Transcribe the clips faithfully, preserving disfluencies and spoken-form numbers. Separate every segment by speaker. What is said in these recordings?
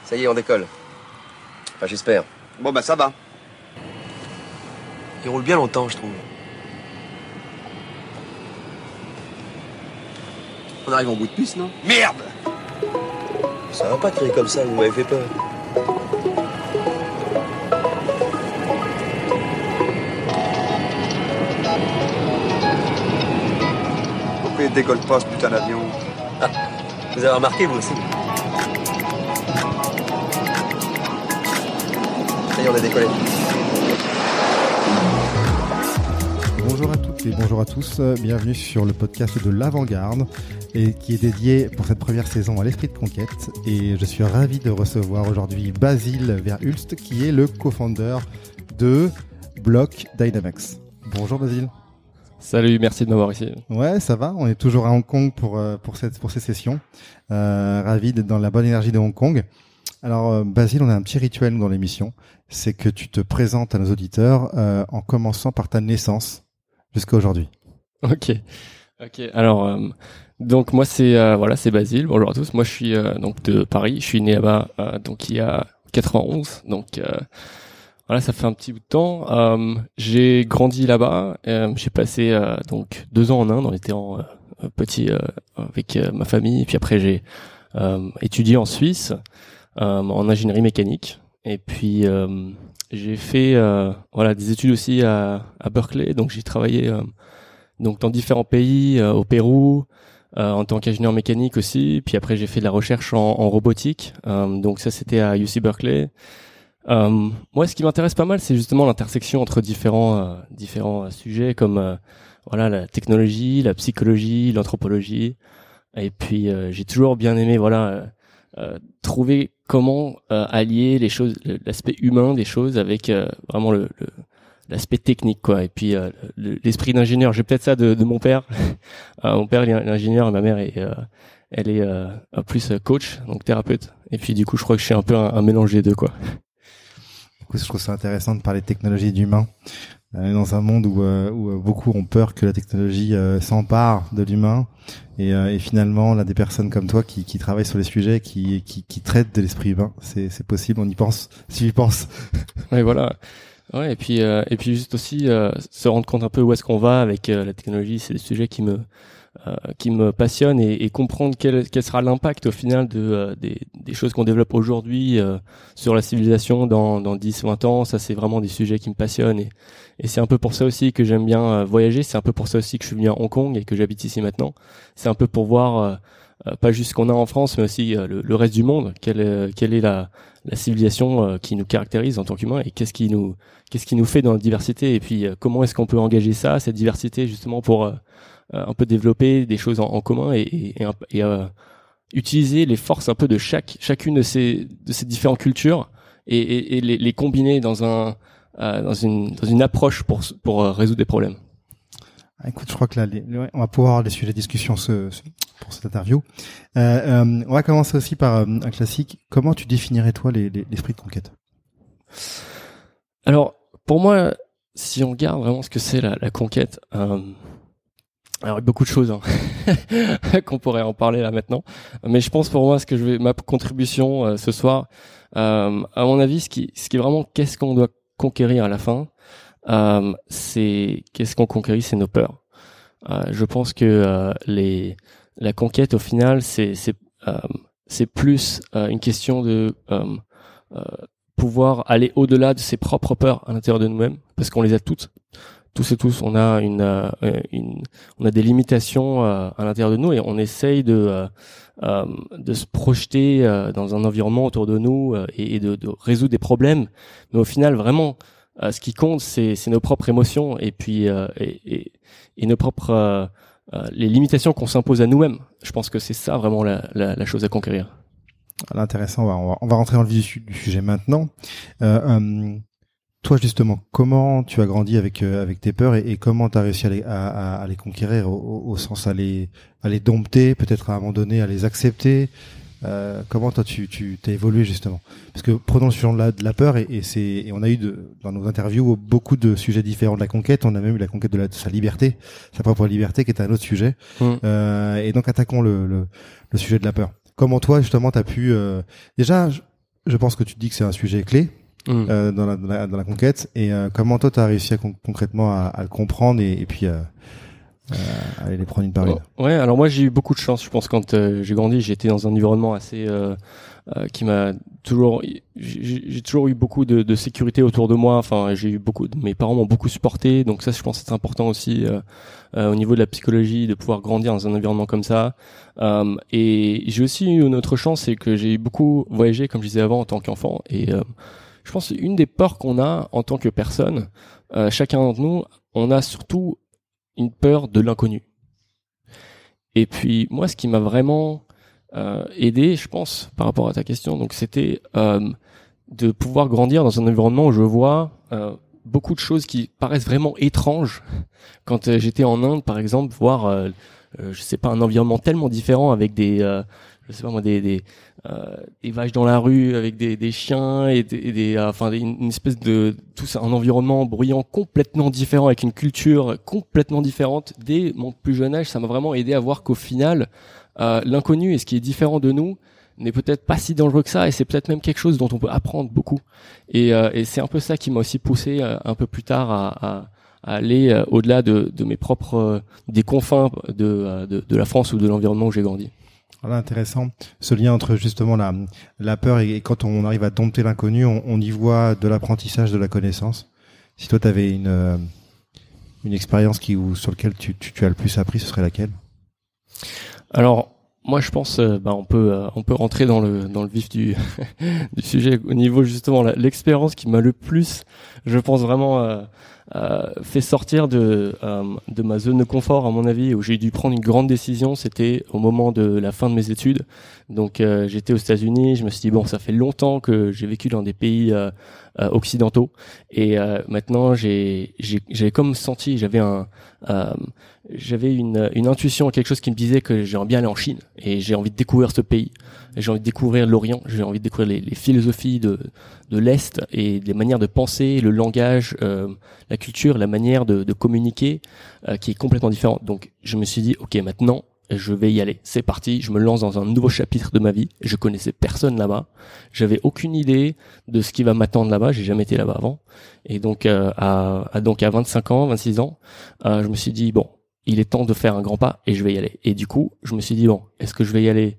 Speaker 1: Ça y est, on décolle. Enfin, j'espère.
Speaker 2: Bon, bah ça va.
Speaker 1: Il roule bien longtemps, je trouve. On arrive en bout de piste, non?
Speaker 2: Merde!
Speaker 1: Ça va pas crier comme ça, vous m'avez fait peur.
Speaker 2: Pourquoi il décolle pas, ce putain d'avion?
Speaker 1: Ah, vous avez remarqué, vous aussi? Ça y est, on a décollé.
Speaker 3: Bonjour à toutes et bonjour à tous, bienvenue sur le podcast de l'Avant-Garde et qui est dédié pour cette première saison à l'esprit de conquête, et je suis ravi de recevoir aujourd'hui Basile Verhulst qui est le co-founder de Block Dynamics. Bonjour Basile.
Speaker 4: Salut, merci de m'avoir ici.
Speaker 3: Ouais, ça va, on est toujours à Hong Kong pour, euh, pour, cette, pour ces sessions, euh, ravi d'être dans la bonne énergie de Hong Kong. Alors euh, Basile, on a un petit rituel dans l'émission, c'est que tu te présentes à nos auditeurs euh, en commençant par ta naissance jusqu'à aujourd'hui.
Speaker 4: Ok, ok. Alors euh, donc moi c'est euh, voilà c'est Basile. Bonjour à tous. Moi je suis euh, donc de Paris. Je suis né là-bas euh, donc il y a quatre-vingt-onze. Donc euh, voilà, ça fait un petit bout de temps. Euh, j'ai grandi là-bas. Euh, j'ai passé euh, donc deux ans en Inde. On était en euh, petit euh, avec euh, ma famille. Et puis après j'ai euh, étudié en Suisse euh, en ingénierie mécanique. Et puis euh, j'ai fait euh, voilà des études aussi à, à Berkeley. Donc j'ai travaillé euh, donc dans différents pays, euh, au Pérou, euh, en tant qu'ingénieur mécanique aussi. Puis après j'ai fait de la recherche en, en robotique. Euh, donc ça c'était à U C Berkeley. Euh, moi, ce qui m'intéresse pas mal, c'est justement l'intersection entre différents euh, différents euh, sujets comme euh, voilà la technologie, la psychologie, l'anthropologie. Et puis euh, j'ai toujours bien aimé voilà euh, euh, trouver comment euh, allier les choses, l'aspect humain des choses avec euh, vraiment le, le l'aspect technique quoi. Et puis euh, le, l'esprit d'ingénieur. J'ai peut-être ça de, de mon père. euh, mon père il est ingénieur et ma mère est euh, elle est euh, plus coach, donc thérapeute. Et puis du coup, je crois que je suis un peu un, un mélange des deux quoi.
Speaker 3: Je trouve ça intéressant de parler de technologie et d'humain euh, dans un monde où, euh, où beaucoup ont peur que la technologie euh, s'empare de l'humain, et, euh, et finalement là des personnes comme toi qui, qui travaillent sur les sujets, qui, qui, qui traitent de l'esprit humain, c'est, c'est possible, on y pense, si j'y pense.
Speaker 4: Oui, voilà. Ouais, et puis euh, et puis juste aussi euh, se rendre compte un peu où est-ce qu'on va avec euh, la technologie, c'est des sujets qui me euh, qui me passionnent, et, et comprendre quel quel sera l'impact au final de euh, des des choses qu'on développe aujourd'hui euh, sur la civilisation dans dans dix vingt ans. Ça c'est vraiment des sujets qui me passionnent, et et c'est un peu pour ça aussi que j'aime bien euh, voyager, c'est un peu pour ça aussi que je suis venu à Hong Kong et que j'habite ici maintenant. C'est un peu pour voir euh, euh, pas juste ce qu'on a en France, mais aussi euh, le, le reste du monde, quelle euh, quelle est la la civilisation euh, qui nous caractérise en tant qu'humains, et qu'est-ce qui nous qu'est-ce qui nous fait dans la diversité, et puis euh, comment est-ce qu'on peut engager ça, cette diversité, justement pour euh, un peu développer des choses en, en commun, et, et, et, et euh, utiliser les forces un peu de chaque chacune de ces de ces différentes cultures, et, et, et les, les combiner dans un euh, dans une dans une approche pour pour euh, résoudre des problèmes.
Speaker 3: Écoute, je crois que là, les, les, on va pouvoir avoir des sujets de discussion ce, ce, pour cette interview. Euh, euh, on va commencer aussi par euh, un classique. Comment tu définirais toi les, les, l'esprit de conquête?
Speaker 4: Alors, pour moi, si on regarde vraiment ce que c'est la, la conquête, euh, alors il y a beaucoup de choses hein, qu'on pourrait en parler là maintenant, mais je pense pour moi ce que je vais ma contribution euh, ce soir, euh, à mon avis, ce qui ce qui est vraiment qu'est-ce qu'on doit conquérir à la fin. Euh, c'est qu'est-ce qu'on conquérit, c'est nos peurs. Euh, je pense que euh, les la conquête au final c'est c'est euh, c'est plus euh, une question de euh, euh, pouvoir aller au-delà de ses propres peurs à l'intérieur de nous-mêmes, parce qu'on les a toutes, tous et tous. On a une, euh, une on a des limitations euh, à l'intérieur de nous, et on essaye de euh, euh, de se projeter euh, dans un environnement autour de nous euh, et, et de, de résoudre des problèmes, mais au final vraiment Euh, ce qui compte, c'est, c'est nos propres émotions, et puis euh, et, et, et nos propres euh, euh, les limitations qu'on s'impose à nous-mêmes. Je pense que c'est ça vraiment la, la, la chose à conquérir.
Speaker 3: Alors, intéressant. On va, on va on va rentrer dans le vif du sujet maintenant. Euh, euh, toi justement, comment tu as grandi avec euh, avec tes peurs, et, et comment tu as réussi à les à, à, à les conquérir, au, au, au sens à les à les dompter, peut-être à un moment donné à les accepter. Euh, comment toi tu tu t'as évolué justement, parce que prenons le sujet de la, de la peur, et, et c'est et on a eu de, dans nos interviews beaucoup de sujets différents de la conquête. On a même eu la conquête de, la, de sa liberté, sa propre liberté, qui est un autre sujet. Mmh. Euh, et donc attaquons le, le le sujet de la peur. Comment toi justement t'as pu euh, déjà je pense que tu te dis que c'est un sujet clé
Speaker 4: Mmh.
Speaker 3: euh, dans, la, dans, la, dans la conquête. Et euh, comment toi, tu as réussi à, con- concrètement à, à le comprendre et, et puis euh, euh, aller les prendre une par une?
Speaker 4: Ouais, alors moi j'ai eu beaucoup de chance. Je pense quand euh, j'ai grandi, j'étais dans un environnement assez euh, euh, qui m'a toujours, j'ai, j'ai toujours eu beaucoup de, de sécurité autour de moi. Enfin, j'ai eu beaucoup, mes parents m'ont beaucoup supporté. Donc ça, je pense que c'est important aussi euh, euh, au niveau de la psychologie de pouvoir grandir dans un environnement comme ça. Euh, et j'ai aussi eu une autre chance, c'est que j'ai beaucoup voyagé, comme je disais avant, en tant qu'enfant. Et euh, je pense que une des peurs qu'on a en tant que personne, euh, chacun d'entre nous, on a surtout une peur de l'inconnu. Et puis moi, ce qui m'a vraiment euh, aidé, je pense, par rapport à ta question, donc c'était euh, de pouvoir grandir dans un environnement où je vois euh, beaucoup de choses qui paraissent vraiment étranges. Quand euh, j'étais en Inde, par exemple, voir, euh, euh, je sais pas, un environnement tellement différent avec des, euh, je sais pas moi, des des, euh, des vaches dans la rue, avec des, des chiens et des, et des euh, enfin des, une espèce de tout ça, un environnement bruyant complètement différent avec une culture complètement différente. Dès mon plus jeune âge, ça m'a vraiment aidé à voir qu'au final, euh, l'inconnu et ce qui est différent de nous n'est peut-être pas si dangereux que ça, et c'est peut-être même quelque chose dont on peut apprendre beaucoup. Et, euh, et c'est un peu ça qui m'a aussi poussé euh, un peu plus tard à, à, à aller euh, au-delà de, de mes propres euh, des confins de, euh, de de la France ou de l'environnement où j'ai grandi.
Speaker 3: Voilà, intéressant. Ce lien entre justement la, la peur et, et quand on arrive à dompter l'inconnu, on, on y voit de l'apprentissage, de la connaissance. Si toi, tu avais une, euh, une expérience qui, ou, sur laquelle tu, tu, tu as le plus appris, ce serait laquelle?
Speaker 4: Alors, moi, je pense, euh, bah, on peut, euh, on peut rentrer dans le, dans le vif du, du sujet au niveau justement la, l'expérience qui m'a le plus, je pense vraiment, euh, euh, fait sortir de, euh, de ma zone de confort, à mon avis, où j'ai dû prendre une grande décision. C'était au moment de la fin de mes études. Donc, euh, j'étais aux États-Unis. Je me suis dit bon, ça fait longtemps que j'ai vécu dans des pays euh, euh, occidentaux, et euh, maintenant, j'ai, j'ai, j'avais comme senti, j'avais un, euh, j'avais une, une intuition, quelque chose qui me disait que j'aimerais bien aller en Chine, et j'ai envie de découvrir ce pays. J'ai envie de découvrir l'Orient, j'ai envie de découvrir les, les philosophies de, de l'Est et les manières de penser, le langage, euh, la culture, la manière de, de communiquer, euh, qui est complètement différente. Donc, je me suis dit, ok, maintenant, je vais y aller. C'est parti, je me lance dans un nouveau chapitre de ma vie. Je connaissais personne là-bas. J'avais aucune idée de ce qui va m'attendre là-bas. J'ai jamais été là-bas avant. Et donc, euh, à, à donc à vingt-cinq ans, vingt-six ans, euh, je me suis dit, bon, il est temps de faire un grand pas et je vais y aller. Et du coup, je me suis dit, bon, est-ce que je vais y aller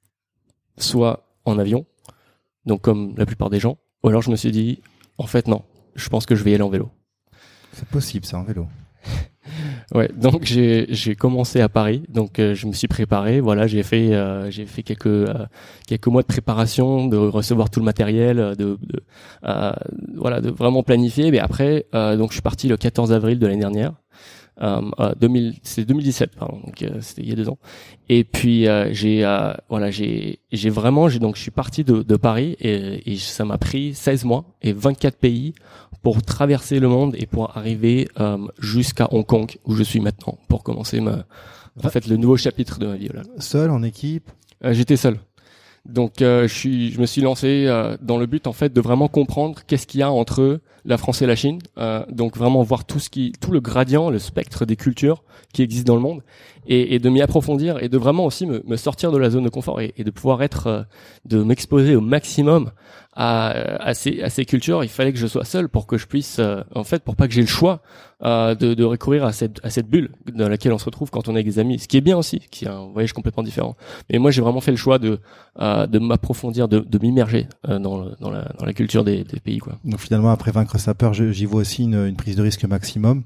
Speaker 4: soit en avion, donc comme la plupart des gens, ou alors je me suis dit, en fait non, je pense que je vais y aller en vélo.
Speaker 3: C'est possible ça, en vélo.
Speaker 4: Ouais, donc j'ai j'ai commencé à Paris, donc euh, je me suis préparé, voilà, j'ai fait euh, j'ai fait quelques euh, quelques mois de préparation, de recevoir tout le matériel, de, de euh, voilà, de vraiment planifier. Mais après, euh, donc je suis parti le quatorze avril de l'année dernière. Euh, euh, deux mille, c'est deux mille dix-sept, pardon, donc euh, c'était il y a deux ans. Et puis euh, j'ai euh, voilà, j'ai j'ai vraiment j'ai donc je suis parti de de Paris, et, et ça m'a pris seize mois et vingt-quatre pays pour traverser le monde et pour arriver euh, jusqu'à Hong Kong, où je suis maintenant, pour commencer ma en fait le nouveau chapitre de ma vie. Voilà.
Speaker 3: Seul, en équipe?
Speaker 4: Euh, j'étais seul. Donc euh, je suis je me suis lancé euh, dans le but en fait de vraiment comprendre qu'est-ce qu'il y a entre la France et la Chine, euh, donc vraiment voir tout ce qui tout le gradient, le spectre des cultures qui existent dans le monde, et, et de m'y approfondir et de vraiment aussi me, me sortir de la zone de confort, et, et de pouvoir être euh, de m'exposer au maximum à, à ces à ces cultures. Il fallait que je sois seul pour que je puisse euh, en fait pour pas que j'ai le choix euh, de, de recourir à cette à cette bulle dans laquelle on se retrouve quand on est avec des amis, ce qui est bien aussi, qui est un voyage complètement différent. Mais moi j'ai vraiment fait le choix de euh, de m'approfondir, de, de m'immerger euh, dans le, dans la dans la culture des, des pays, quoi.
Speaker 3: Donc finalement, après vaincre sa peur, je- j'y vois aussi une, une prise de risque maximum.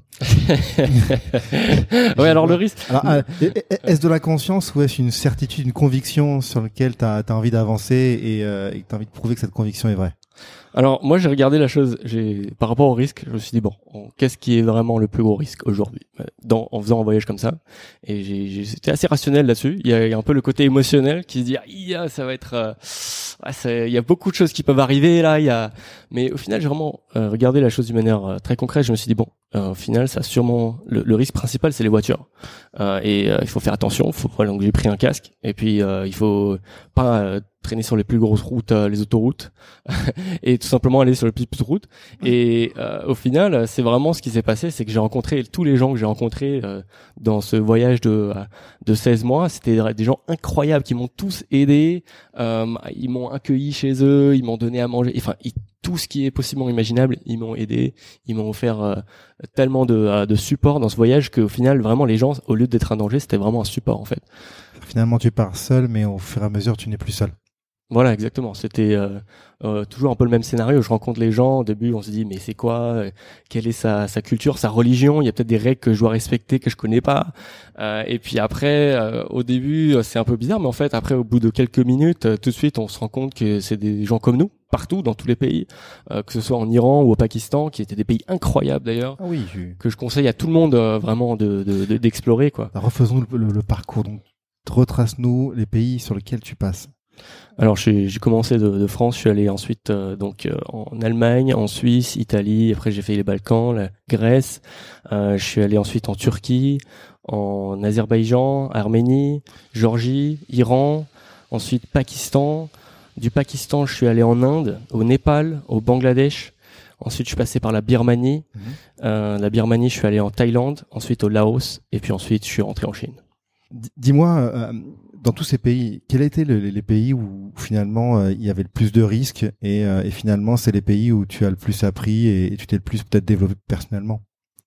Speaker 4: Ouais, alors le risque.
Speaker 3: Alors, euh, est-ce de la conscience ou est-ce une certitude, une conviction sur laquelle tu as envie d'avancer et euh, et que tu as envie de prouver que cette conviction est vraie?
Speaker 4: Alors moi j'ai regardé la chose, j'ai par rapport au risque, je me suis dit bon, on- qu'est-ce qui est vraiment le plus gros risque aujourd'hui dans en faisant un voyage comme ça, et j'ai j'ai- j'étais assez rationnel là-dessus. Il y a, il y a un peu le côté émotionnel qui se dit ah, iya, ça va être euh, ouais, ça- il y a beaucoup de choses qui peuvent arriver là, il y a mais au final j'ai vraiment euh, regardé la chose d'une manière euh, très concrète. Je me suis dit bon, euh, au final, ça a sûrement le, le risque principal, c'est les voitures. Euh, et euh, il faut faire attention. Faut, voilà, donc j'ai pris un casque. Et puis euh, il faut pas euh, traîner sur les plus grosses routes, euh, les autoroutes, et tout simplement aller sur les plus petites routes. Et euh, au final, c'est vraiment ce qui s'est passé, c'est que j'ai rencontré tous les gens que j'ai rencontrés euh, dans ce voyage de de seize mois. C'était des gens incroyables qui m'ont tous aidé. Euh, ils m'ont accueilli chez eux, ils m'ont donné à manger. Enfin, ils, tout ce qui est possiblement imaginable, ils m'ont aidé. Ils m'ont offert euh, tellement de, euh, de support dans ce voyage qu'au final, vraiment, les gens, au lieu d'être un danger, c'était vraiment un support en fait.
Speaker 3: Finalement, tu pars seul, mais au fur et à mesure, tu n'es plus seul.
Speaker 4: Voilà, exactement. C'était euh, euh, toujours un peu le même scénario. Je rencontre les gens. Au début, on se dit mais c'est quoi euh, quelle est sa, sa culture, sa religion. Il y a peut-être des règles que je dois respecter que je connais pas. Euh, et puis après, euh, au début, c'est un peu bizarre, mais en fait, après, au bout de quelques minutes, euh, tout de suite, on se rend compte que c'est des gens comme nous, partout, dans tous les pays, euh, que ce soit en Iran ou au Pakistan, qui étaient des pays incroyables d'ailleurs,
Speaker 3: ah oui, je...
Speaker 4: que je conseille à tout le monde euh, vraiment de, de, de, d'explorer quoi.
Speaker 3: Alors, refaisons le, le, le parcours. Donc, retrace-nous les pays sur lesquels tu passes.
Speaker 4: Alors j'ai, j'ai commencé de, de France, je suis allé ensuite euh, donc euh, en Allemagne, en Suisse, Italie. Après j'ai fait les Balkans, la Grèce. Euh, je suis allé ensuite en Turquie, en Azerbaïdjan, Arménie, Géorgie, Iran. Ensuite Pakistan. Du Pakistan, je suis allé en Inde, au Népal, au Bangladesh. Ensuite, je suis passé par la Birmanie. Mmh. Euh, la Birmanie, je suis allé en Thaïlande. Ensuite au Laos. Et puis ensuite, je suis rentré en Chine.
Speaker 3: D- dis-moi. Euh... Dans tous ces pays, quels étaient le, les pays où finalement euh, il y avait le plus de risques et, euh, et finalement c'est les pays où tu as le plus appris et, et tu t'es le plus peut-être développé personnellement?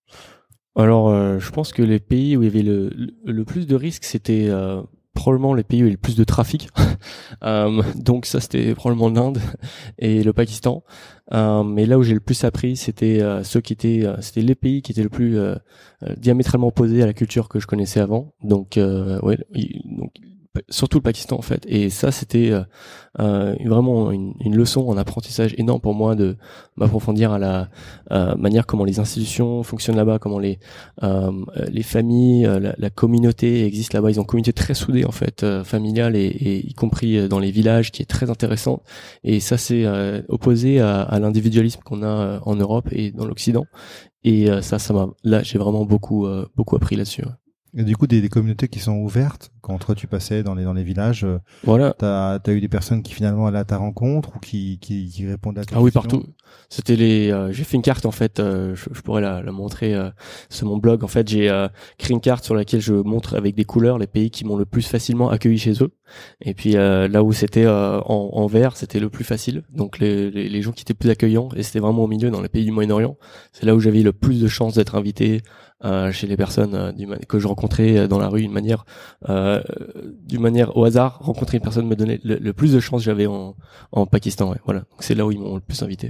Speaker 4: Alors, euh, je pense que les pays où il y avait le, le, le plus de risques, c'était euh, probablement les pays où il y avait le plus de trafic. euh, donc ça, c'était probablement l'Inde et le Pakistan. Euh, mais là où j'ai le plus appris, c'était euh, ceux qui étaient, euh, c'était les pays qui étaient le plus euh, euh, diamétralement opposés à la culture que je connaissais avant. Donc, euh, ouais, donc surtout le Pakistan en fait, et ça c'était euh, euh, vraiment une, une leçon en apprentissage énorme pour moi de m'approfondir à la euh, manière comment les institutions fonctionnent là-bas, comment les euh, les familles, la, la communauté existe là-bas. Ils ont une communauté très soudée en fait, euh, familiale et, et y compris dans les villages, qui est très intéressante. Et ça c'est euh, opposé à, à l'individualisme qu'on a en Europe et dans l'Occident. Et euh, ça, ça m'a là j'ai vraiment beaucoup euh, beaucoup appris là-dessus. Ouais.
Speaker 3: Et du coup, des, des communautés qui sont ouvertes quand toi tu passais dans les dans les villages. Euh,
Speaker 4: voilà.
Speaker 3: T'as t'as eu des personnes qui finalement allaient à ta rencontre ou qui qui, qui répondaient à ta
Speaker 4: Ah oui,
Speaker 3: question?
Speaker 4: partout. C'était les. Euh, j'ai fait une carte en fait. Euh, je, je pourrais la, la montrer euh, sur mon blog. En fait, j'ai euh, créé une carte sur laquelle je montre avec des couleurs les pays qui m'ont le plus facilement accueilli chez eux. Et puis euh, là où c'était euh, en, en vert, c'était le plus facile. Donc les, les les gens qui étaient plus accueillants, et c'était vraiment au milieu dans les pays du Moyen-Orient. C'est là où j'avais le plus de chances d'être invité. Euh, chez les personnes euh, du, que je rencontrais dans la rue, d'une manière, euh, d'une manière au hasard, rencontrer une personne me donnait le, le plus de chance j'avais en, en Pakistan. Ouais, voilà. Donc c'est là où ils m'ont le plus invité.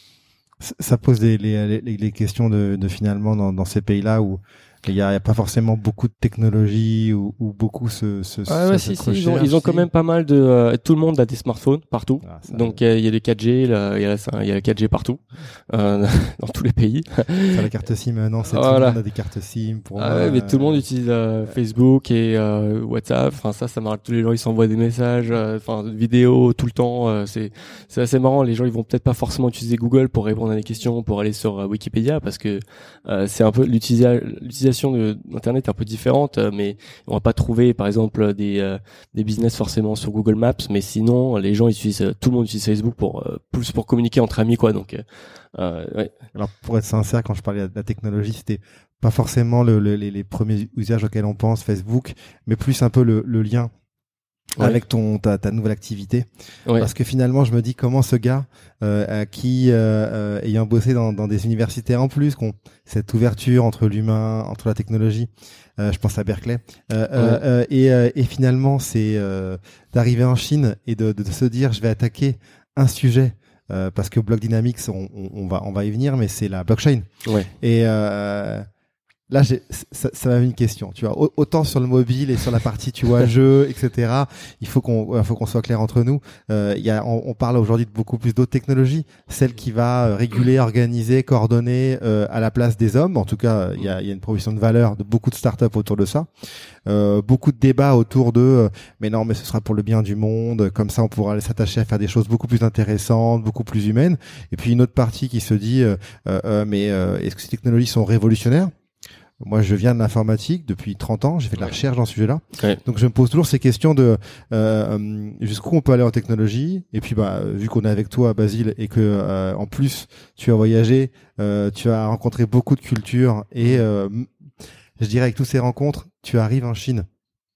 Speaker 3: Ça pose les, les, les, les questions de, de finalement dans, dans ces pays-là où il y a, il y a pas forcément beaucoup de technologie ou, ou beaucoup ce, ce,
Speaker 4: ah ouais, si, si, ils ont, ils ont quand même pas mal de, euh, tout le monde a des smartphones partout. Ah, ça, donc, il euh, y a des quatre G, là, il y a la, il y a la quatre G partout, euh, dans tous les pays.
Speaker 3: Sur la carte SIM, non, c'est
Speaker 4: voilà.
Speaker 3: Tout le monde a des cartes SIM pour
Speaker 4: ah
Speaker 3: moi,
Speaker 4: ouais, mais
Speaker 3: euh...
Speaker 4: tout le monde utilise, euh, Facebook et, euh, WhatsApp. Enfin, ça, ça marche. Tous les gens, ils s'envoient des messages, enfin, euh, vidéos tout le temps. Euh, c'est, c'est assez marrant. Les gens, ils vont peut-être pas forcément utiliser Google pour répondre à des questions, pour aller sur euh, Wikipédia, parce que, euh, c'est un peu l'utilisa- l'utilisation de, d'Internet est un peu différente, mais on va pas trouver par exemple des euh, des business forcément sur Google Maps, mais sinon les gens utilisent, tout le monde utilise Facebook pour euh, plus pour communiquer entre amis quoi. Donc euh, ouais.
Speaker 3: Alors pour être sincère, quand je parlais de la technologie, c'était pas forcément le, le, les, les premiers usages auxquels on pense, Facebook, mais plus un peu le, le lien ouais. avec ton ta, ta nouvelle activité, ouais. Parce que finalement je me dis comment ce gars euh, qui euh, euh, ayant bossé dans, dans des universités en plus, qu'on cette ouverture entre l'humain, entre la technologie, euh, je pense à Berkeley, euh, ouais. euh, et, euh, et finalement c'est euh, d'arriver en Chine et de, de, de se dire je vais attaquer un sujet. Euh, parce que Block Dynamics, on, on, on va on va y venir, mais c'est la blockchain.
Speaker 4: Ouais.
Speaker 3: Et euh, là, j'ai, ça, ça m'a mis une question. Tu vois, autant sur le mobile et sur la partie, tu vois, jeu, et cetera. Il faut qu'on, il faut qu'on soit clair entre nous. Euh, il y a, on, on parle aujourd'hui de beaucoup plus d'autres technologies, celle qui va réguler, organiser, coordonner euh, à la place des hommes. En tout cas, il y a, il y a une proposition de valeur de beaucoup de startups autour de ça. Euh, beaucoup de débats autour de, euh, mais non, mais ce sera pour le bien du monde. Comme ça, on pourra aller s'attacher à faire des choses beaucoup plus intéressantes, beaucoup plus humaines. Et puis une autre partie qui se dit, euh, euh, mais euh, est-ce que ces technologies sont révolutionnaires? Moi, je viens de l'informatique depuis trente ans. J'ai fait de la recherche dans ce sujet-là. Ouais. Donc, je me pose toujours ces questions de euh, jusqu'où on peut aller en technologie. Et puis, bah, vu qu'on est avec toi, Basile, et que euh, en plus, tu as voyagé, euh, tu as rencontré beaucoup de cultures, et euh, je dirais avec toutes ces rencontres, tu arrives en Chine.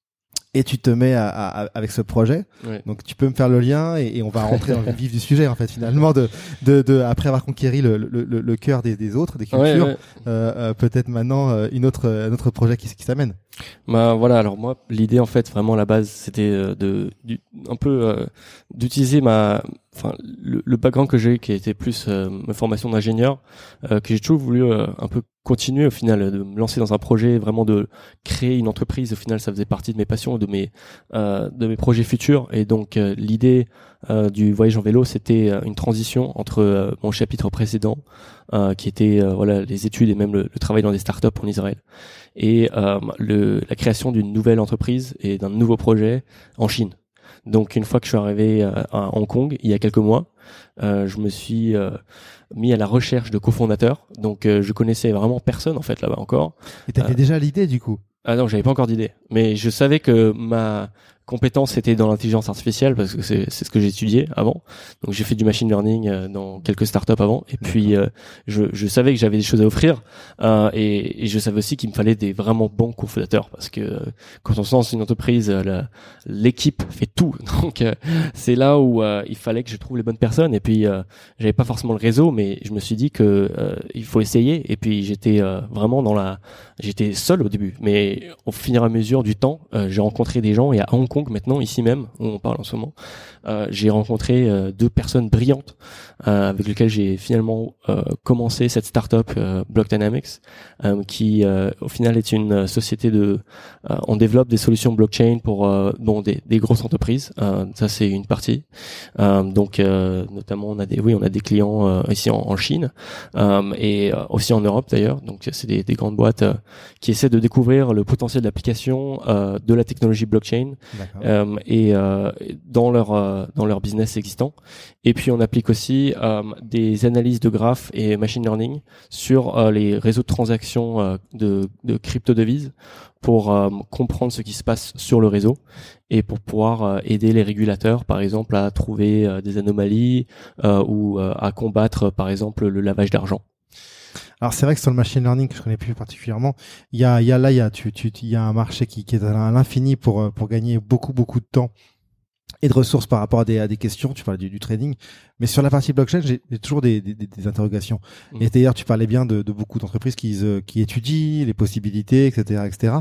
Speaker 3: Et tu te mets à, à, avec ce projet. Ouais. Donc tu peux me faire le lien et, et on va rentrer dans le vif du sujet en fait finalement de de, de après avoir conquéri le le, le, le cœur des, des autres des cultures. Ouais, ouais. Euh, euh, peut-être maintenant euh, une autre un autre projet qui qui s'amène.
Speaker 4: Bah voilà, alors moi l'idée en fait vraiment à la base c'était de, de un peu euh, d'utiliser ma enfin le, le background que j'ai qui était plus euh, ma formation d'ingénieur euh, que j'ai toujours voulu euh, un peu continuer au final de me lancer dans un projet, vraiment de créer une entreprise. Au final ça faisait partie de mes passions, de mes euh, de mes projets futurs, et donc euh, l'idée euh, du voyage en vélo c'était une transition entre euh, mon chapitre précédent euh, qui était euh, voilà les études et même le, le travail dans des startups en Israël, et euh, le, la création d'une nouvelle entreprise et d'un nouveau projet en Chine. Donc une fois que je suis arrivé à Hong Kong il y a quelques mois, euh, je me suis euh, mis à la recherche de cofondateurs. Donc euh, je connaissais vraiment personne en fait là-bas encore.
Speaker 3: Et t'avais euh, déjà l'idée du coup?
Speaker 4: Ah non, j'avais pas encore d'idée, mais je savais que ma compétence était dans l'intelligence artificielle parce que c'est c'est ce que j'ai étudié avant. Donc j'ai fait du machine learning euh, dans quelques startups avant, et puis euh, je je savais que j'avais des choses à offrir, euh, et, et je savais aussi qu'il me fallait des vraiment bons cofondateurs parce que euh, quand on se lance une entreprise, la, l'équipe fait tout. Donc euh, c'est là où euh, il fallait que je trouve les bonnes personnes, et puis euh, j'avais pas forcément le réseau, mais je me suis dit que euh, il faut essayer, et puis j'étais euh, vraiment dans la j'étais seul au début, mais au fur et à mesure du temps, euh, j'ai rencontré des gens, et à Hong Kong maintenant, ici même où on parle en ce moment, euh, j'ai rencontré euh, deux personnes brillantes euh, avec lesquelles j'ai finalement euh, commencé cette startup euh, Block Dynamics, euh, qui euh, au final est une société de euh, on développe des solutions blockchain pour euh, bon des, des grosses entreprises. Euh, ça c'est une partie. Euh, donc euh, notamment on a des oui on a des clients euh, ici en, en Chine euh, et euh, aussi en Europe d'ailleurs. Donc c'est des, des grandes boîtes euh, qui essaient de découvrir le potentiel d'application euh, de la technologie blockchain euh, et euh, dans leur euh, dans leur business existant. Et puis on applique aussi euh, des analyses de graphes et machine learning sur euh, les réseaux de transactions euh, de, de crypto-devises pour euh, comprendre ce qui se passe sur le réseau et pour pouvoir euh, aider les régulateurs, par exemple, à trouver euh, des anomalies euh, ou euh, à combattre, par exemple, le lavage d'argent.
Speaker 3: Alors c'est vrai que sur le machine learning que je connais plus particulièrement, il y a, il y a là, il y a, tu, tu, il y a un marché qui, qui est à l'infini pour pour gagner beaucoup beaucoup de temps et de ressources par rapport à des, à des questions. Tu parlais du, du trading, mais sur la partie blockchain, j'ai, j'ai toujours des, des, des interrogations. Mmh. Et d'ailleurs, tu parlais bien de, de beaucoup d'entreprises qui, qui étudient les possibilités, et cetera, et cetera.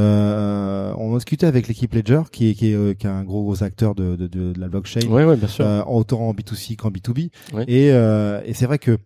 Speaker 3: Euh, on a discuté avec l'équipe Ledger, qui est, qui est, qui est un gros, gros acteur de, de, de, de la blockchain,
Speaker 4: ouais, ouais, bien sûr.
Speaker 3: Euh, autant en B deux C qu'en B deux B. Ouais. Et, euh, et c'est vrai que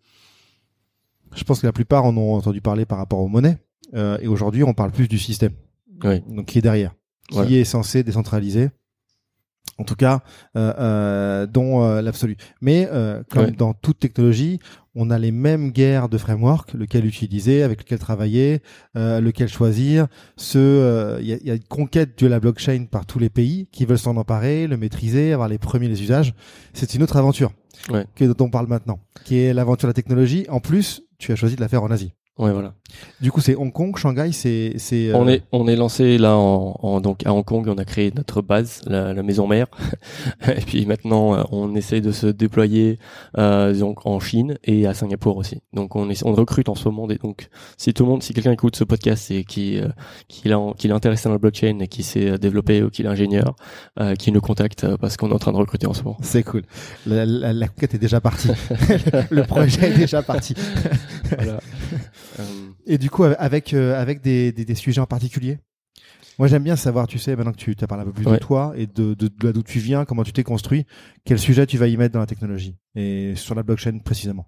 Speaker 3: je pense que la plupart en ont entendu parler par rapport aux monnaies. Euh, et aujourd'hui, on parle plus du système,
Speaker 4: ouais.
Speaker 3: donc qui est derrière, qui ouais. est censé décentraliser. En tout cas, euh, euh, dont euh, l'absolu. Mais euh, comme ouais. dans toute technologie, on a les mêmes guerres de framework, lequel utiliser, avec lequel travailler, euh, lequel choisir. Ce, il euh, y, a, y a une conquête de la blockchain par tous les pays qui veulent s'en emparer, le maîtriser, avoir les premiers les usages. C'est une autre aventure
Speaker 4: ouais.
Speaker 3: que dont on parle maintenant, qui est l'aventure de la technologie. En plus, tu as choisi de la faire en Asie.
Speaker 4: Ouais, voilà.
Speaker 3: Du coup, c'est Hong Kong, Shanghai, c'est c'est.
Speaker 4: Euh... On est on est lancé là en, en donc à Hong Kong, on a créé notre base, la, la maison mère, et puis maintenant on essaie de se déployer euh, donc en Chine et à Singapour aussi. Donc on est on recrute en ce moment, et donc si tout le monde, si quelqu'un écoute ce podcast et qui euh, qui l'a qui est intéressé dans la blockchain et qui s'est développé ou qui est ingénieur, euh, qui nous contacte parce qu'on est en train de recruter en ce moment.
Speaker 3: C'est cool. La la, la conquête est déjà partie. Le projet est déjà parti.
Speaker 4: Voilà.
Speaker 3: Et du coup, avec euh, avec des, des des sujets en particulier. Moi, j'aime bien savoir, tu sais, maintenant que tu as parlé un peu plus ouais. de toi et de de, de d'où tu viens, comment tu t'es construit, quel sujet tu vas y mettre dans la technologie et sur la blockchain précisément.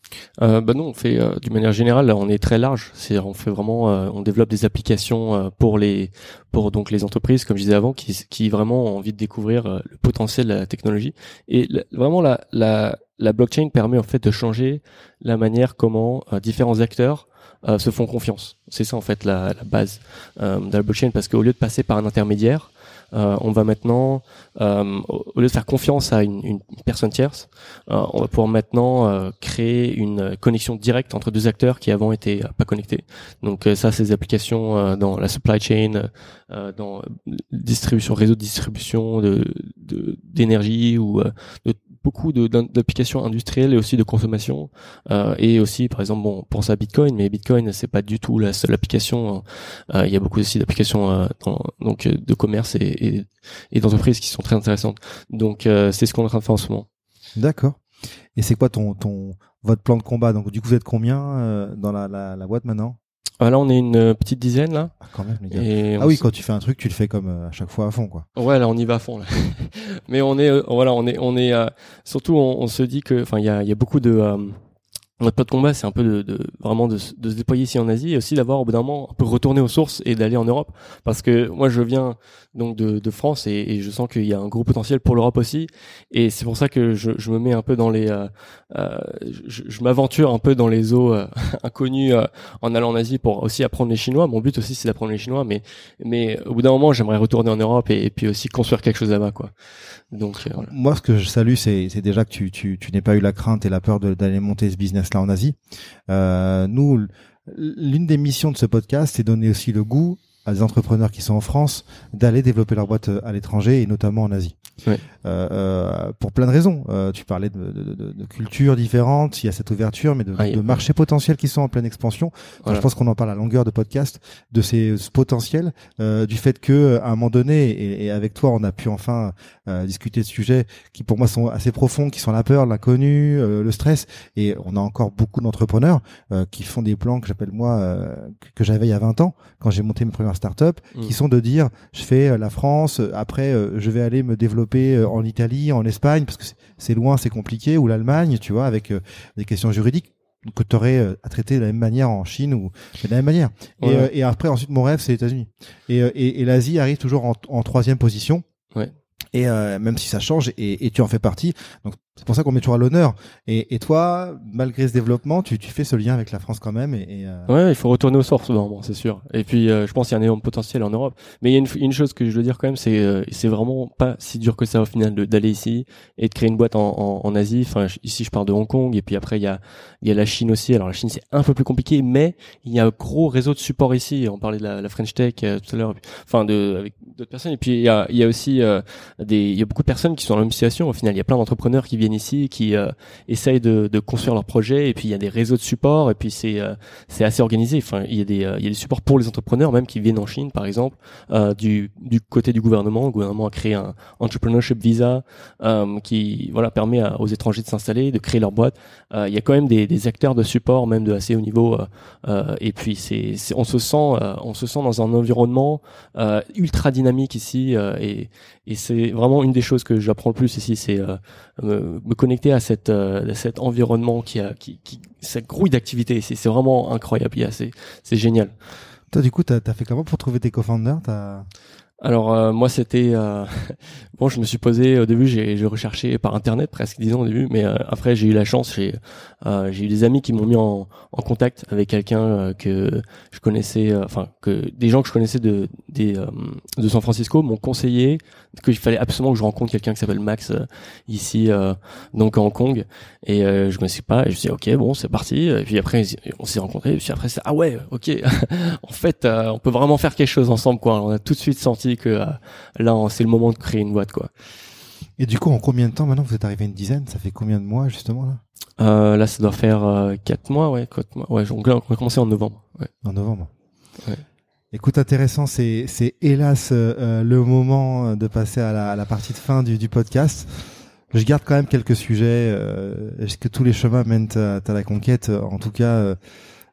Speaker 4: Euh, bah non, on fait euh, d'une manière générale, là, on est très large. C'est, on fait vraiment, euh, on développe des applications euh, pour les, pour donc les entreprises, comme je disais avant, qui, qui vraiment ont envie de découvrir euh, le potentiel de la technologie. Et la, vraiment, la, la, la blockchain permet en fait de changer la manière comment euh, différents acteurs euh, se font confiance. C'est ça en fait la, la base euh, de la blockchain, parce qu'au lieu de passer par un intermédiaire, Euh, on va maintenant, euh, au lieu de faire confiance à une, une personne tierce, euh, on va pouvoir maintenant euh, créer une connexion directe entre deux acteurs qui avant étaient euh, pas connectés. Donc euh, ça, c'est des applications euh, dans la supply chain, euh, dans distribution, réseau de distribution de, de d'énergie ou euh, de beaucoup de, d'applications industrielles et aussi de consommation, euh, et aussi par exemple bon, on pense à Bitcoin, mais Bitcoin c'est pas du tout la seule application. Euh, il y a beaucoup aussi d'applications euh, dans, donc de commerce et, et, et d'entreprises qui sont très intéressantes. Donc euh, c'est ce qu'on est en train de faire en ce moment.
Speaker 3: D'accord. Et c'est quoi ton ton votre plan de combat? Donc du coup vous êtes combien euh, dans la, la la boîte maintenant?
Speaker 4: Ah, là on est une petite dizaine là.
Speaker 3: Ah quand même les gars.
Speaker 4: Et
Speaker 3: ah oui,
Speaker 4: s...
Speaker 3: quand tu fais un truc, tu le fais comme euh, à chaque fois à fond quoi.
Speaker 4: Ouais, là on y va à fond là. Mais on est euh, voilà, on est on est euh, surtout on, on se dit que enfin il y a il y a beaucoup de euh, notre plan de combat, c'est un peu de, de vraiment de, de se déployer ici en Asie et aussi d'avoir au bout d'un moment un peu retourner aux sources et d'aller en Europe, parce que moi je viens donc de, de France et, et je sens qu'il y a un gros potentiel pour l'Europe aussi, et c'est pour ça que je, je me mets un peu dans les euh, euh, je, je m'aventure un peu dans les eaux euh, inconnues euh, en allant en Asie pour aussi apprendre les Chinois. Mon but aussi c'est d'apprendre les Chinois, mais mais au bout d'un moment j'aimerais retourner en Europe et, et puis aussi construire quelque chose là-bas quoi. Donc euh, voilà.
Speaker 3: Moi, ce que je salue, c'est, c'est déjà que tu, tu, tu n'aies pas eu la crainte et la peur de, d'aller monter ce business-là en Asie. Euh, nous, l'une des missions de ce podcast, c'est donner aussi le goût à des entrepreneurs qui sont en France d'aller développer leur boîte à l'étranger et notamment en Asie.
Speaker 4: Ouais.
Speaker 3: Euh, euh, pour plein de raisons. Euh, tu parlais de, de, de, de cultures différentes, il y a cette ouverture, mais de,
Speaker 4: ah,
Speaker 3: de marchés potentiels qui sont en pleine expansion. Voilà. Je pense qu'on en parle à longueur de podcast, de ces potentiels, euh, du fait que à un moment donné, et, et avec toi, on a pu enfin euh, discuter de sujets qui pour moi sont assez profonds, qui sont la peur, l'inconnu, euh, le stress, et on a encore beaucoup d'entrepreneurs euh, qui font des plans que j'appelle moi euh, que j'avais il y a vingt ans quand j'ai monté mes premières startups, mmh. qui sont de dire je fais la France, après euh, je vais aller me développer en Italie, en Espagne, parce que c'est loin, c'est compliqué, ou l'Allemagne, tu vois, avec euh, des questions juridiques que tu aurais euh, à traiter de la même manière en Chine ou de la même manière. Ouais. Et, euh, et après, ensuite, mon rêve, c'est les États-Unis. Et, euh, et, et l'Asie arrive toujours en, en troisième position.
Speaker 4: Ouais.
Speaker 3: Et euh, même si ça change, et, et tu en fais partie. Donc c'est pour ça qu'on met toujours à l'honneur. Et, et toi, malgré ce développement, tu, tu fais ce lien avec la France quand même. Et, et euh...
Speaker 4: ouais, il faut retourner aux sources, normalement, c'est sûr. Et puis, euh, je pense qu'il y a un énorme potentiel en Europe. Mais il y a une, une chose que je veux dire quand même, c'est euh, c'est vraiment pas si dur que ça au final de, d'aller ici et de créer une boîte en, en, en Asie. Enfin, ici, je parle de Hong Kong. Et puis après, il y a il y a la Chine aussi. Alors la Chine, c'est un peu plus compliqué, mais il y a un gros réseau de support ici. On parlait de la, la French Tech euh, tout à l'heure. Enfin, de avec d'autres personnes. Et puis il y a il y a aussi euh, des il y a beaucoup de personnes qui sont dans la même situation. Au final, il y a plein d'entrepreneurs qui viennent ici, qui euh, essayent de, de construire leur projet, et puis il y a des réseaux de support, et puis c'est euh, c'est assez organisé. Enfin, il y a des euh, il y a des supports pour les entrepreneurs même qui viennent en Chine, par exemple, euh, du du côté du gouvernement. Le gouvernement a créé un entrepreneurship visa euh, qui voilà permet à, aux étrangers de s'installer, de créer leur boîte. Euh, il y a quand même des, des acteurs de support même de assez haut niveau, euh, euh, et puis c'est, c'est on se sent euh, on se sent dans un environnement euh, ultra dynamique ici, euh, et et c'est vraiment une des choses que j'apprends le plus ici, c'est euh, me, me connecter à cette euh, à cet environnement qui a qui qui cette grouille d'activités ici. C'est vraiment incroyable. Il y a, c'est c'est génial.
Speaker 3: Toi, du coup, t'as t'as fait comment pour trouver tes co-founders? T'as
Speaker 4: Alors euh, moi c'était euh, bon, je me suis posé au début, j'ai j'ai recherché par internet presque disons au début, mais euh, après j'ai eu la chance, j'ai euh, j'ai eu des amis qui m'ont mis en en contact avec quelqu'un euh, que je connaissais, euh, enfin que des gens que je connaissais de des euh, de San Francisco m'ont conseillé qu'il fallait absolument que je rencontre quelqu'un qui s'appelle Max euh, ici euh, donc à Hong Kong, et euh, je connaissais pas et je me suis dit OK, bon, c'est parti, et puis après on s'est rencontrés, et puis après c'est ah ouais, OK. En fait, euh, on peut vraiment faire quelque chose ensemble quoi. On a tout de suite senti que euh, là on, c'est le moment de créer une boîte quoi.
Speaker 3: Et du coup, en combien de temps maintenant vous êtes arrivé à une dizaine? Ça fait combien de mois justement là?
Speaker 4: Euh, là, ça doit faire euh, quatre mois, ouais, quatre mois. Ouais, on a commencé en novembre. Ouais.
Speaker 3: En novembre.
Speaker 4: Ouais.
Speaker 3: Écoute, intéressant, c'est c'est hélas euh, le moment de passer à la, à la partie de fin du, du podcast. Je garde quand même quelques sujets. Euh, est-ce que tous les chemins mènent à, à la conquête? En tout cas, euh,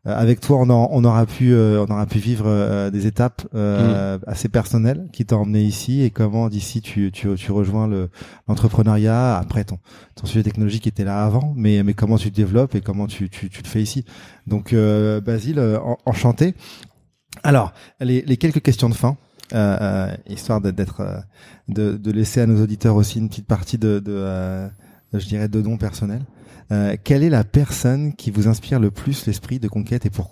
Speaker 3: Euh, avec toi, on, en, on aura pu, euh, on aura pu vivre euh, des étapes euh, mmh. assez personnelles qui t'ont emmené ici, et comment d'ici tu, tu, tu rejoins le, l'entrepreneuriat. Après, ton, ton sujet technologique était là avant, mais, mais comment tu te développes et comment tu, tu, tu le fais ici. Donc, euh, Basile, euh, en, enchanté. Alors, les, les quelques questions de fin, euh, euh, histoire d'être, euh, de, de laisser à nos auditeurs aussi une petite partie de, de, euh, de je dirais, de dons personnels. Euh, quelle est la personne qui vous inspire le plus l'esprit de conquête et pourquoi ?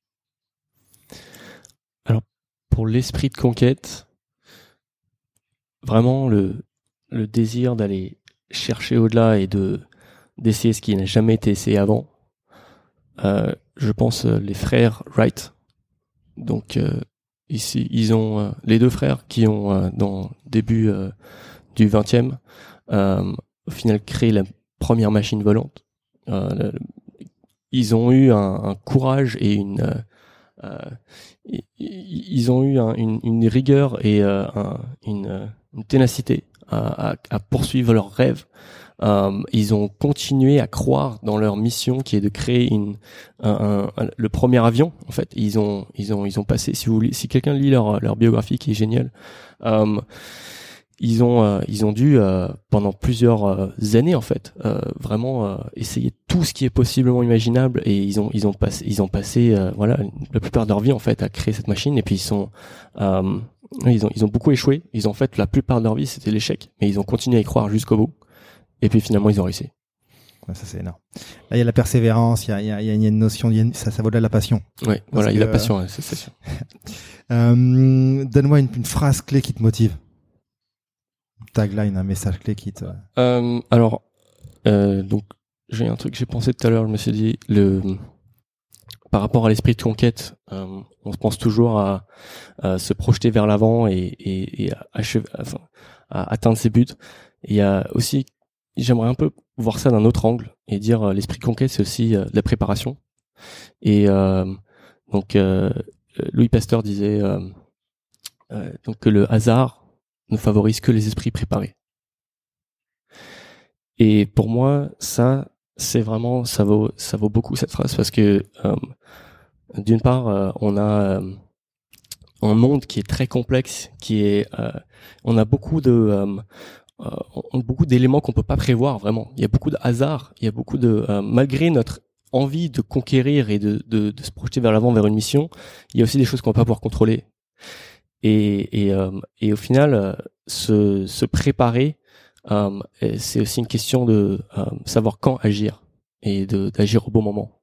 Speaker 4: Alors, pour l'esprit de conquête, vraiment le, le désir d'aller chercher au-delà et de d'essayer ce qui n'a jamais été essayé avant. Euh, je pense euh, les frères Wright. Donc euh, ici, ils ont euh, les deux frères qui ont euh, dans début euh, du vingtième euh, au final créé la première machine volante. Euh, ils ont eu un, un courage et une euh, euh, ils ont eu un, une, une rigueur et euh, un, une, une ténacité à, à, à poursuivre leurs rêves. Euh, ils ont continué à croire dans leur mission qui est de créer une, un, un, le premier avion. En fait, ils ont, ils ont, ils ont passé. Si vous, si quelqu'un lit leur, leur biographie qui est géniale, euh, ils ont, euh, ils ont dû euh, pendant plusieurs euh, années en fait, euh, vraiment euh, essayer tout ce qui est possiblement imaginable. Et ils ont, ils ont passé, ils ont passé, euh, voilà, la plupart de leur vie en fait à créer cette machine. Et puis ils sont euh, ils ont, ils ont beaucoup échoué. Ils ont en fait la plupart de leur vie c'était l'échec, mais ils ont continué à y croire jusqu'au bout. Et puis finalement, ils ont réussi.
Speaker 3: Ouais, ça c'est énorme. Là, il y a la persévérance, il y a, il y a, il y a une notion, il y a une, ça, ça vaut de la passion.
Speaker 4: Oui, voilà, il y a la passion, ouais, c'est, c'est sûr.
Speaker 3: euh, donne-moi une, une phrase clé qui te motive. Tagline, un message clé qui te.
Speaker 4: Euh, alors, euh, donc, j'ai un truc que j'ai pensé tout à l'heure. Je me suis dit, le, par rapport à l'esprit de conquête, euh, on se pense toujours à, à se projeter vers l'avant et, et, et à, achever, enfin, à atteindre ses buts. Et il y a aussi, j'aimerais un peu voir ça d'un autre angle et dire euh, l'esprit de conquête, c'est aussi euh, de la préparation. Et euh, donc, euh, Louis Pasteur disait euh, euh, donc que le hasard ne favorise que les esprits préparés. Et pour moi, ça, c'est vraiment, ça vaut, ça vaut beaucoup cette phrase parce que euh, d'une part, euh, on a euh, un monde qui est très complexe, qui est, euh, on a beaucoup de euh, Euh, beaucoup d'éléments qu'on peut pas prévoir vraiment. Il y a beaucoup de hasard, il y a beaucoup de euh, malgré notre envie de conquérir et de, de, de se projeter vers l'avant vers une mission, il y a aussi des choses qu'on va pas pouvoir contrôler. Et, et, euh, et au final, euh, se, se préparer, euh, c'est aussi une question de euh, savoir quand agir et de, d'agir au bon moment.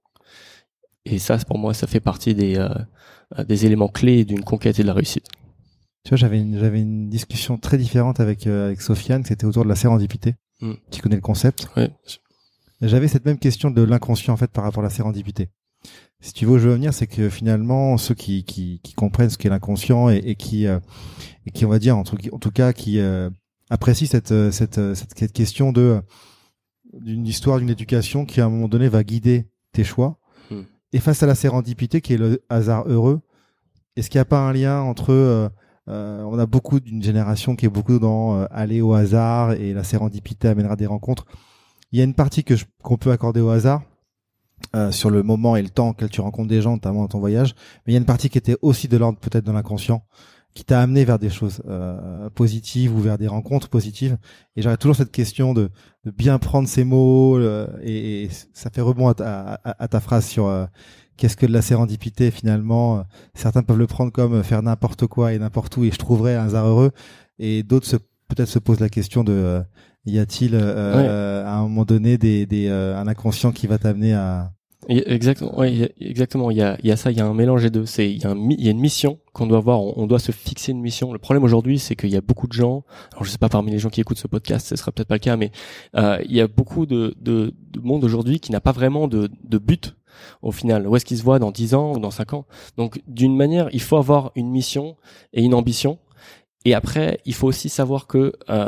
Speaker 4: Et ça, pour moi, ça fait partie des, euh, des éléments clés d'une conquête et de la réussite.
Speaker 3: Tu vois, j'avais une, j'avais une discussion très différente avec, euh, avec Sofiane, c'était autour de la sérendipité. Mm. Tu connais le concept?
Speaker 4: Oui.
Speaker 3: J'avais cette même question de l'inconscient, en fait, par rapport à la sérendipité. Si tu veux où je veux venir, c'est que finalement, ceux qui, qui, qui comprennent ce qu'est l'inconscient et, et qui, euh, et qui, on va dire, en tout, en tout cas, qui, euh, apprécient cette, cette, cette, cette question de, d'une histoire, d'une éducation qui, à un moment donné, va guider tes choix. Mm. Et face à la sérendipité, qui est le hasard heureux, est-ce qu'il n'y a pas un lien entre, euh, Euh, on a beaucoup d'une génération qui est beaucoup dans euh, aller au hasard et la sérendipité amènera des rencontres. Il y a une partie que je, qu'on peut accorder au hasard euh, sur le moment et le temps auquel tu rencontres des gens, notamment dans ton voyage. Mais il y a une partie qui était aussi de l'ordre peut-être de l'inconscient, qui t'a amené vers des choses euh, positives ou vers des rencontres positives. Et j'aurais toujours cette question de, de bien prendre ces mots euh, et, et ça fait rebond à ta, à, à ta phrase sur euh, qu'est-ce que de la sérendipité finalement. Certains peuvent le prendre comme faire n'importe quoi et n'importe où et je trouverais un hasard heureux. Et d'autres se, peut-être se posent la question de euh, y a-t-il euh,
Speaker 4: ouais.
Speaker 3: euh, à un moment donné des, des, euh, un inconscient qui va t'amener à...
Speaker 4: Exactement, ouais, exactement. Il y a, il y a ça, il y a un mélange des deux. C'est, il y a un, il y a une mission qu'on doit avoir. On, on doit se fixer une mission. Le problème aujourd'hui, c'est qu'il y a beaucoup de gens. Alors, je sais pas parmi les gens qui écoutent ce podcast, ce sera peut-être pas le cas, mais euh, il y a beaucoup de, de, de monde aujourd'hui qui n'a pas vraiment de, de but. Au final, où est-ce qu'il se voit dans dix ans ou dans cinq ans? Donc, d'une manière, il faut avoir une mission et une ambition. Et après, il faut aussi savoir que euh,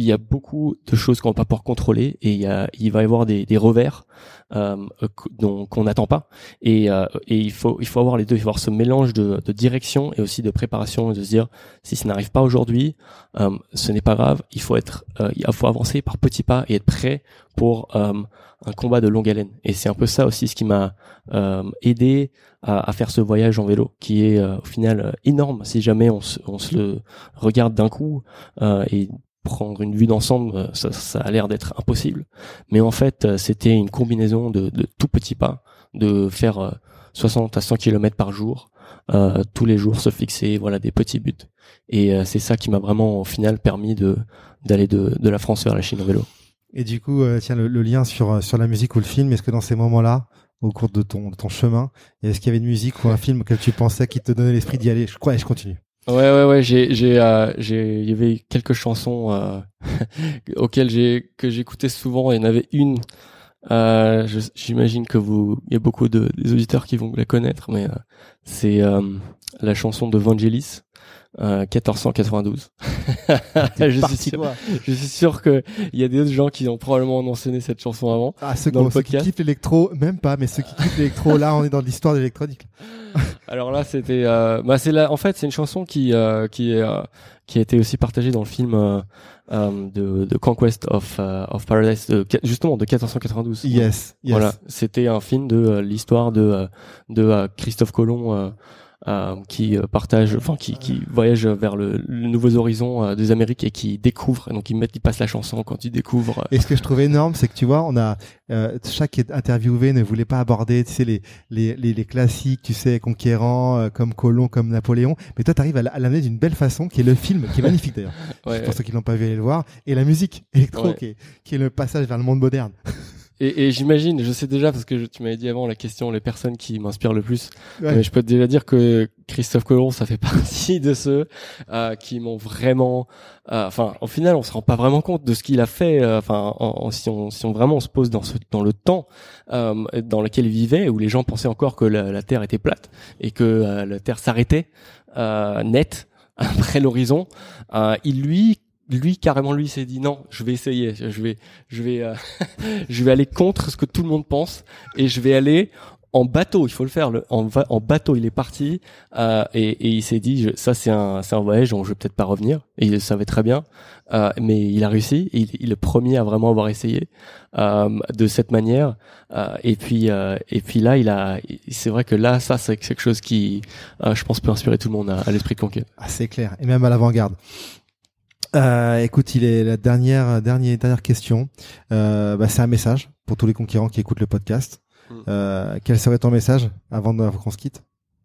Speaker 4: il y a beaucoup de choses qu'on va pas pouvoir contrôler et il y a, il va y avoir des, des revers euh, dont, qu'on n'attend pas et, euh, et il faut, il faut avoir les deux, il faut avoir ce mélange de, de direction et aussi de préparation et de se dire si ça n'arrive pas aujourd'hui, euh, ce n'est pas grave, il faut être, euh, il faut avancer par petits pas et être prêt pour euh, un combat de longue haleine. Et c'est un peu ça aussi ce qui m'a euh, aidé à, à faire ce voyage en vélo qui est euh, au final euh, énorme si jamais on se, on se le regarde d'un coup euh, et prendre une vue d'ensemble, ça, ça a l'air d'être impossible. Mais en fait, c'était une combinaison de, de tout petits pas, de faire soixante à cent kilomètres par jour, euh, tous les jours se fixer, voilà, des petits buts. Et euh, c'est ça qui m'a vraiment, au final, permis de d'aller de, de la France vers la Chine en vélo.
Speaker 3: Et du coup, euh, tiens, le, le lien sur sur la musique ou le film, est-ce que dans ces moments-là, au cours de ton de ton chemin, est-ce qu'il y avait une musique ou un film auquel tu pensais qui te donnait l'esprit d'y aller? Je crois et je continue.
Speaker 4: Ouais ouais ouais, j'ai j'ai euh, j'ai il y avait quelques chansons euh, auxquelles j'ai que j'écoutais souvent. Il y en avait une, euh, je, j'imagine que vous il y a beaucoup de des auditeurs qui vont la connaître, mais euh, c'est euh, la chanson de Vangelis, euh, quatorze cent quatre-vingt-douze. je suis sûr, je suis sûr que il y a d'autres gens qui ont probablement mentionné cette chanson avant.
Speaker 3: Ah, ceux,
Speaker 4: dans
Speaker 3: qui,
Speaker 4: le
Speaker 3: ceux qui
Speaker 4: podcast.
Speaker 3: kiffent l'électro, même pas, mais ceux qui kiffent l'électro, là, on est dans l'histoire de l'électronique.
Speaker 4: Alors là, c'était, euh, bah c'est là, en fait, c'est une chanson qui euh, qui est euh, qui a été aussi partagée dans le film euh, euh, de, de Conquest of uh, of Paradise, de, justement de quatorze cent quatre-vingt-douze.
Speaker 3: Yes, yes.
Speaker 4: Voilà, c'était un film de euh, l'histoire de euh, de euh, Christophe Colomb. Euh, Euh, qui euh, partage, enfin qui, qui voyage vers le, le nouveaux horizons euh, des Amériques et qui découvre. Donc ils mettent, ils passent la chanson quand ils découvrent.
Speaker 3: Et ce que je trouve énorme, c'est que tu vois, on a euh, chaque interviewé ne voulait pas aborder, tu sais, les les les, les classiques, tu sais, conquérants euh, comme Colomb, comme Napoléon. Mais toi, t'arrives à, à l'amener d'une belle façon, qui est le film, qui est magnifique d'ailleurs.
Speaker 4: Ouais,
Speaker 3: Pour
Speaker 4: ouais.
Speaker 3: ceux qui l'ont pas vu, allez le voir. Et la musique électro,
Speaker 4: Ouais.
Speaker 3: qui est qui est le passage vers le monde moderne.
Speaker 4: Et, et j'imagine, je sais déjà parce que je, tu m'avais dit avant la question, les personnes qui m'inspirent le plus.
Speaker 3: Ouais.
Speaker 4: Mais je peux te déjà dire que Christophe Colomb, ça fait partie de ceux euh, qui m'ont vraiment. euh, Enfin, au final, on se rend pas vraiment compte de ce qu'il a fait. euh, Enfin, en, en, si on si on vraiment on se pose dans ce dans le temps euh, dans lequel il vivait, où les gens pensaient encore que la, la Terre était plate et que euh, la Terre s'arrêtait euh, net après l'horizon. Euh, il lui Lui carrément lui s'est dit non, je vais essayer, je vais je vais euh, je vais aller contre ce que tout le monde pense et je vais aller en bateau, il faut le faire le, en va, en bateau, il est parti euh, et, et il s'est dit je, ça c'est un c'est un voyage dont je vais peut-être pas revenir et il le savait très bien euh, mais il a réussi, et il, il est le premier à vraiment avoir essayé euh, de cette manière euh, et puis euh, et puis là il a c'est vrai que là ça c'est quelque chose qui euh, je pense peut inspirer tout le monde à, à l'esprit de conquête.
Speaker 3: Ah, c'est clair, et même à l'avant-garde. Euh, écoute, il est la dernière, dernière, dernière question. Euh, bah, c'est un message pour tous les conquérants qui écoutent le podcast. Mm. Euh, quel serait ton message avant, de, avant qu'on se quitte?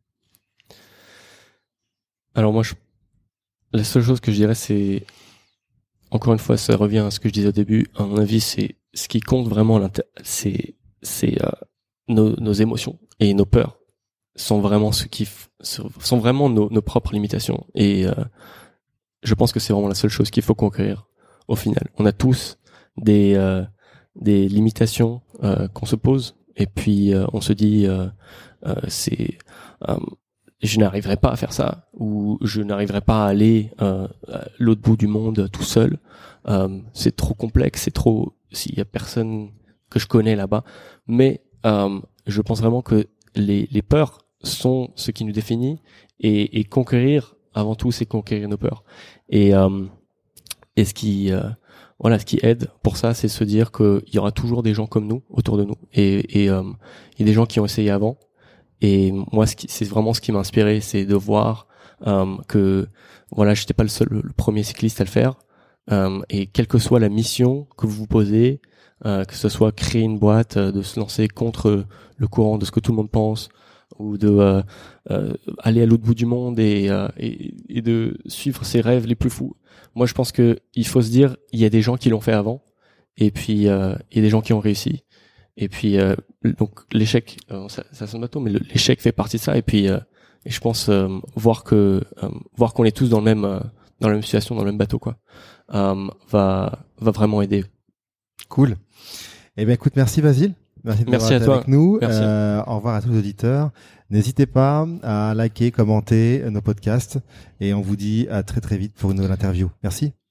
Speaker 4: Alors moi, je, la seule chose que je dirais, c'est encore une fois, ça revient à ce que je disais au début. À mon avis, c'est ce qui compte vraiment. C'est, c'est euh, nos, nos émotions et nos peurs sont vraiment ce qui f- sont vraiment nos, nos propres limitations et euh, je pense que c'est vraiment la seule chose qu'il faut conquérir au final. On a tous des euh, des limitations euh, qu'on se pose et puis euh, on se dit euh, euh, c'est euh, je n'arriverai pas à faire ça ou je n'arriverai pas à aller euh, à l'autre bout du monde tout seul. Euh, c'est trop complexe, c'est trop s'il y a personne que je connais là-bas. Mais euh, je pense vraiment que les les peurs sont ce qui nous définit et, et conquérir avant tout, c'est conquérir nos peurs. Et, euh, et ce qui, euh, voilà, ce qui aide pour ça, c'est se dire qu'il y aura toujours des gens comme nous autour de nous. Et, et euh, il y a des gens qui ont essayé avant. Et moi, ce qui, c'est vraiment ce qui m'a inspiré, c'est de voir euh, que, voilà, j'étais pas le seul, le premier cycliste à le faire. Euh, et quelle que soit la mission que vous vous posez, euh, que ce soit créer une boîte, euh, de se lancer contre le courant de ce que tout le monde pense, ou de euh, euh, aller à l'autre bout du monde et, euh, et, et de suivre ses rêves les plus fous. Moi, je pense que il faut se dire, il y a des gens qui l'ont fait avant, et puis euh, il y a des gens qui ont réussi. Et puis euh, donc l'échec, euh, ça, ça sonne bateau, mais le, l'échec fait partie de ça. Et puis euh, et je pense euh, voir que euh, voir qu'on est tous dans le même euh, dans la même situation, dans le même bateau, quoi, euh, va va vraiment aider.
Speaker 3: Cool. Eh bien, écoute, merci Basile. Merci de
Speaker 4: Merci à
Speaker 3: été
Speaker 4: toi.
Speaker 3: avec nous.
Speaker 4: Merci.
Speaker 3: Euh, au revoir à tous les auditeurs. N'hésitez pas à liker, commenter nos podcasts et on vous dit à très très vite pour une nouvelle interview. Merci.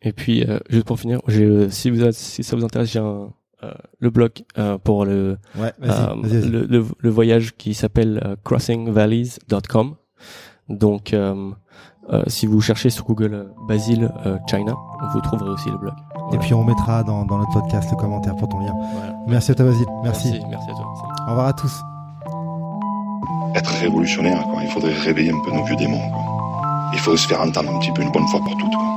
Speaker 4: Et puis, euh, juste pour finir, j'ai, euh, si vous, si ça vous intéresse, j'ai un, euh, le blog euh, pour le,
Speaker 3: Ouais, vas-y,
Speaker 4: euh,
Speaker 3: vas-y, vas-y.
Speaker 4: le, le, le voyage qui s'appelle euh, crossing valleys dot com. Donc, euh, euh, si vous cherchez sur Google euh, Basile euh, China, vous trouverez aussi le blog. Voilà.
Speaker 3: Et puis on mettra dans, dans notre podcast le commentaire pour ton lien.
Speaker 4: Voilà.
Speaker 3: Merci à toi, Basile. Merci.
Speaker 4: Merci, merci à toi. Salut.
Speaker 3: Au revoir à tous.
Speaker 5: Être révolutionnaire, quoi. Il faudrait réveiller un peu nos vieux démons, quoi. Il faudrait se faire entendre un petit peu une bonne fois pour toutes, quoi.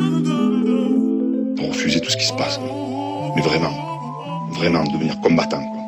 Speaker 5: Pour refuser tout ce qui se passe, quoi. Mais vraiment, vraiment devenir combattant, quoi.